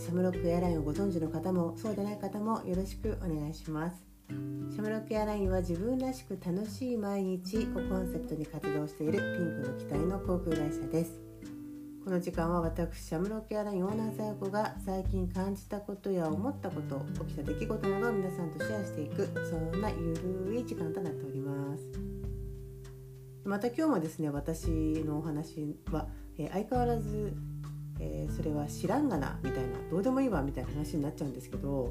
シャムロックエアラインをご存知の方もそうでない方もよろしくお願いします。シャムロックエアラインは自分らしく楽しい毎日をコンセプトに活動しているピンクの機体の航空会社です。この時間は私シャムロックエアラインオーナーさやこが最近感じたことや思ったこと、起きた出来事などを皆さんとシェアしていく、そんなゆるい時間となっております。また今日もですね、私のお話は、相変わらず、それは知らんがなみたいな、どうでもいいわみたいな話になっちゃうんですけど、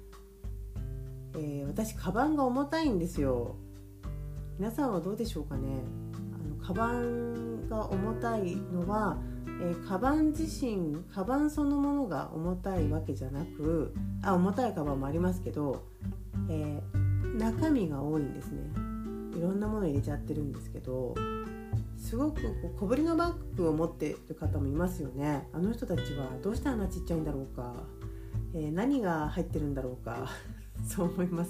私カバンが重たいんですよ。皆さんはどうでしょうかね。カバンが重たいのは、カバンそのものが重たいわけじゃなく、重たいカバンもありますけど、中身が多いんですね。いろんなもの入れちゃってるんですけど、すごく小ぶりのバッグを持っている方もいますよね。あの人たちはどうしてあんなちっちゃいんだろうか、何が入ってるんだろうかそう思います。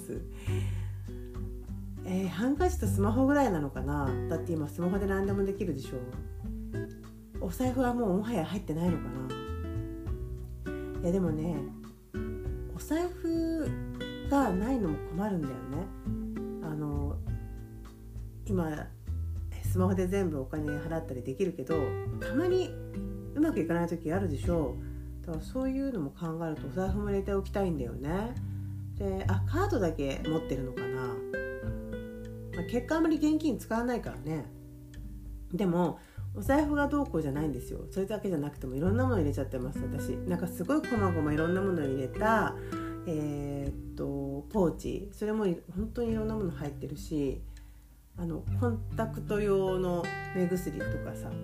ハンカチとスマホぐらいなのかな。だって今スマホで何でもできるでしょう。お財布はもはや入ってないのかな。でもね、お財布がないのも困るんだよね。今スマホで全部お金払ったりできるけど、たまにうまくいかない時あるでしょう。だからそういうのも考えるとお財布も入れておきたいんだよね。で、カードだけ持ってるのかな。結果あまり現金使わないからね。でもお財布がどうこうじゃないんですよ。それだけじゃなくてもいろんなもの入れちゃってます。私なんかすごい細々いろんなものを入れたポーチ、それも本当にいろんなもの入ってるし、コンタクト用の目薬とかさ、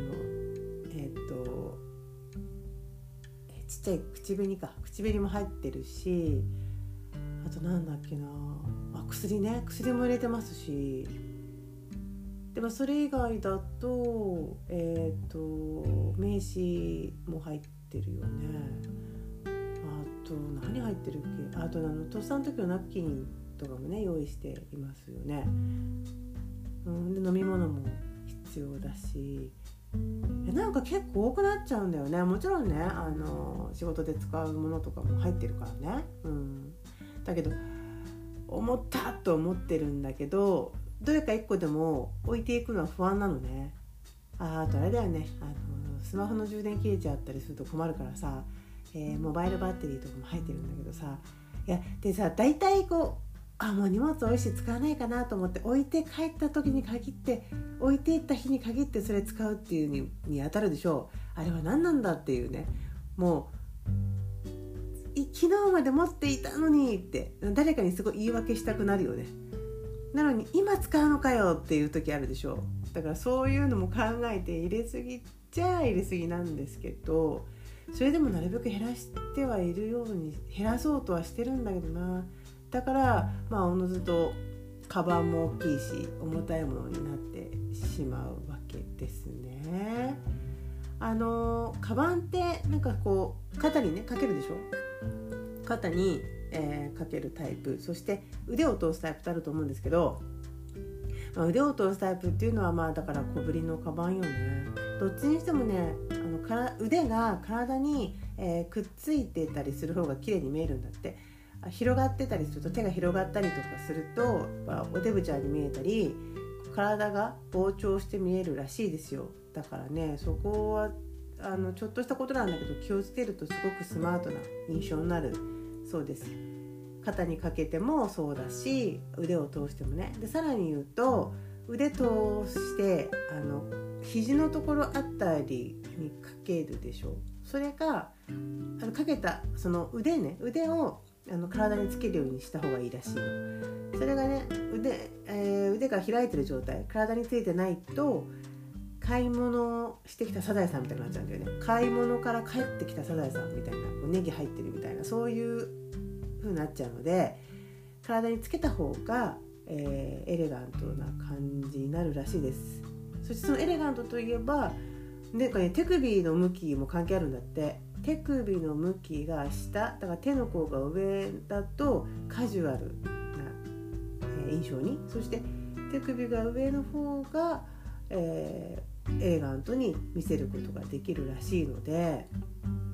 ちっちゃい口紅も入ってるし、あとなんだっけな、薬も入れてますし、でもそれ以外だと名刺も入ってるよね。あと何入ってるっけ。あととっさの時のナプキンとかもね用意していますよね。で飲み物も必要だし、なんか結構多くなっちゃうんだよね。もちろんね、仕事で使うものとかも入ってるからね、だけど思ったと思ってるんだけど、どれか1個でも置いていくのは不安なのね。あとあれだよね、スマホの充電切れちゃったりすると困るからさ、モバイルバッテリーとかも入ってるんだけどさ、でさ、大体もう荷物多いし使わないかなと思って置いて帰った時に限って、置いていった日に限ってそれ使うっていうに当たるでしょう。あれは何なんだっていうね。もう昨日まで持っていたのにって誰かにすごい言い訳したくなるよね。なのに今使うのかよっていう時あるでしょう。だからそういうのも考えて入れすぎちゃ入れすぎなんですけど、それでもなるべく減らしてはいるように、減らそうとはしてるんだけどな。だからおのずとカバンも大きいし重たいものになってしまうわけですね。カバンってなんか肩にねかけるでしょ。肩に、かけるタイプ、そして腕を通すタイプってあると思うんですけど、腕を通すタイプっていうのはだから小ぶりのカバンよね。どっちにしてもね、腕が体に、くっついてたりする方が綺麗に見えるんだって。広がってたりすると、手が広がったりとかすると、おデブちゃんに見えたり体が膨張して見えるらしいですよ。だからね、そこはちょっとしたことなんだけど気をつけるとすごくスマートな印象になるそうです。肩にかけてもそうだし、腕を通してもね。でさらに言うと、腕通して肘のところあたりにかけるでしょ。それがかけたその腕を体につけるようにした方がいいらしいの。それがね、腕が開いてる状態、体についてないと買い物してきたサザエさんみたいになっちゃうんだよね。買い物から帰ってきたサザエさんみたいな、ネギ入ってるみたいな、そういう風になっちゃうので、体につけた方が、エレガントな感じになるらしいです。そしてそのエレガントといえばなんかね、手首の向きも関係あるんだって。手首の向きが下、だから手の甲が上だとカジュアルな印象に、そして手首が上の方が、エレガントに見せることができるらしいので、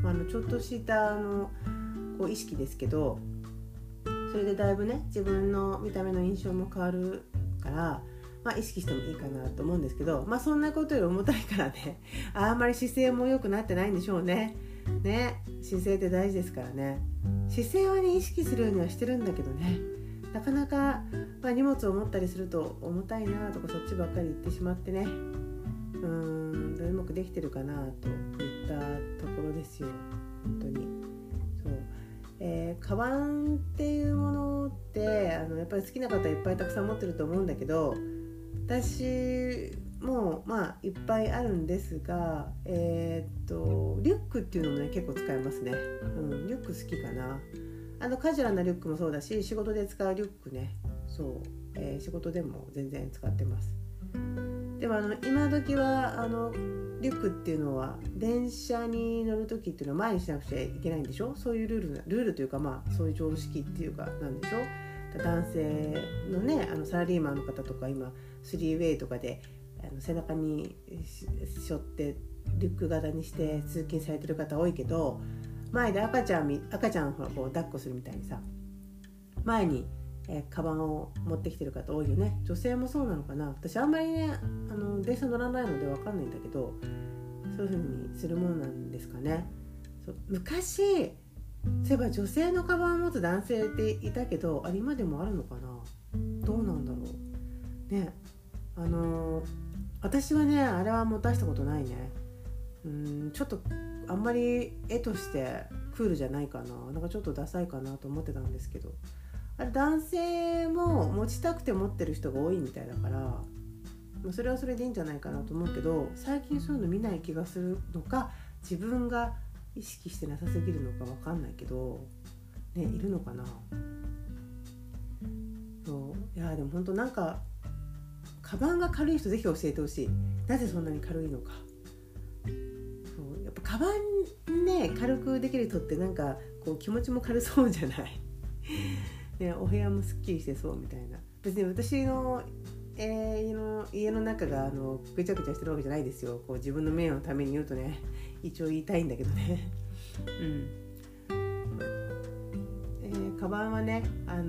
ちょっとしたこう意識ですけど、それでだいぶね自分の見た目の印象も変わるから、意識してもいいかなと思うんですけど、そんなことより重たいからねあんまり姿勢も良くなってないんでしょうね。姿勢って大事ですからね。姿勢はね意識するようにはしてるんだけどね、なかなか、荷物を持ったりすると重たいなとかそっちばっかり言ってしまってね、うまくできてるかなといったところですよ。本当にそう、カバンっていうものってやっぱり好きな方いっぱいたくさん持ってると思うんだけど、私もいっぱいあるんですが、リュックっていうのもね結構使いますね。リュック好きかな。カジュアルなリュックもそうだし、仕事で使うリュックね、そう、仕事でも全然使ってます。でも今時はリュックっていうのは電車に乗る時っていうのは前にしなくちゃいけないんでしょ。そういうルールというかそういう常識っていうかなんでしょ。男性のねサラリーマンの方とか今スリーウェイとかで背中に背負ってリュック型にして通勤されてる方多いけど、前で赤ちゃんをこう抱っこするみたいにさ、前にカバンを持ってきてる方多いよね。女性もそうなのかな。私あんまりね電車乗らないので分かんないんだけど、そういう風にするものなんですかね。昔そういえば女性のカバンを持つ男性っていたけど、今でもあるのかな。どうなんだろうね。私はねあれは持たしたことないね。ちょっとあんまり絵としてクールじゃないかな。なんかちょっとダサいかなと思ってたんですけど、あれ男性も持ちたくて持ってる人が多いみたいだから、それはそれでいいんじゃないかなと思うけど、最近そういうの見ない気がするのか、自分が意識してなさすぎるのか分かんないけどね、いるのかな。そういやでも本当なんかカバンが軽い人ぜひ教えてほしい。なぜそんなに軽いのか。やっぱカバンね軽くできる人ってなんかこう気持ちも軽そうじゃないね、お部屋もすっきりしてそうみたいな。別に私の、家の中がぐちゃぐちゃしてるわけじゃないですよ。こう自分の名誉のために言うとね、一応言いたいんだけどねカバンはね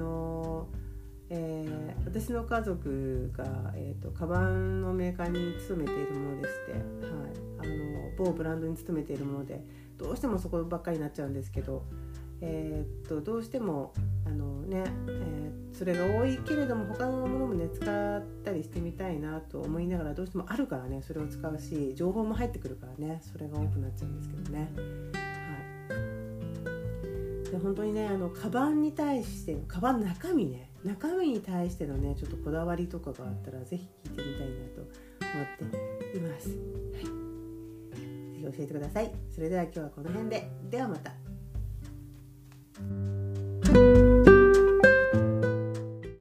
私の家族が、カバンのメーカーに勤めているものでして、某ブランドに勤めているもので、どうしてもそこばっかりになっちゃうんですけど、どうしてもそれが多いけれども他のものもね使ったりしてみたいなと思いながら、どうしてもあるからねそれを使うし、情報も入ってくるからねそれが多くなっちゃうんですけどね。で本当にねカバンに対してカバンの中身に対してのねちょっとこだわりとかがあったらぜひ聞いてみたいなと思っています。ぜひ教えてください。それでは今日はこの辺で、ではまた。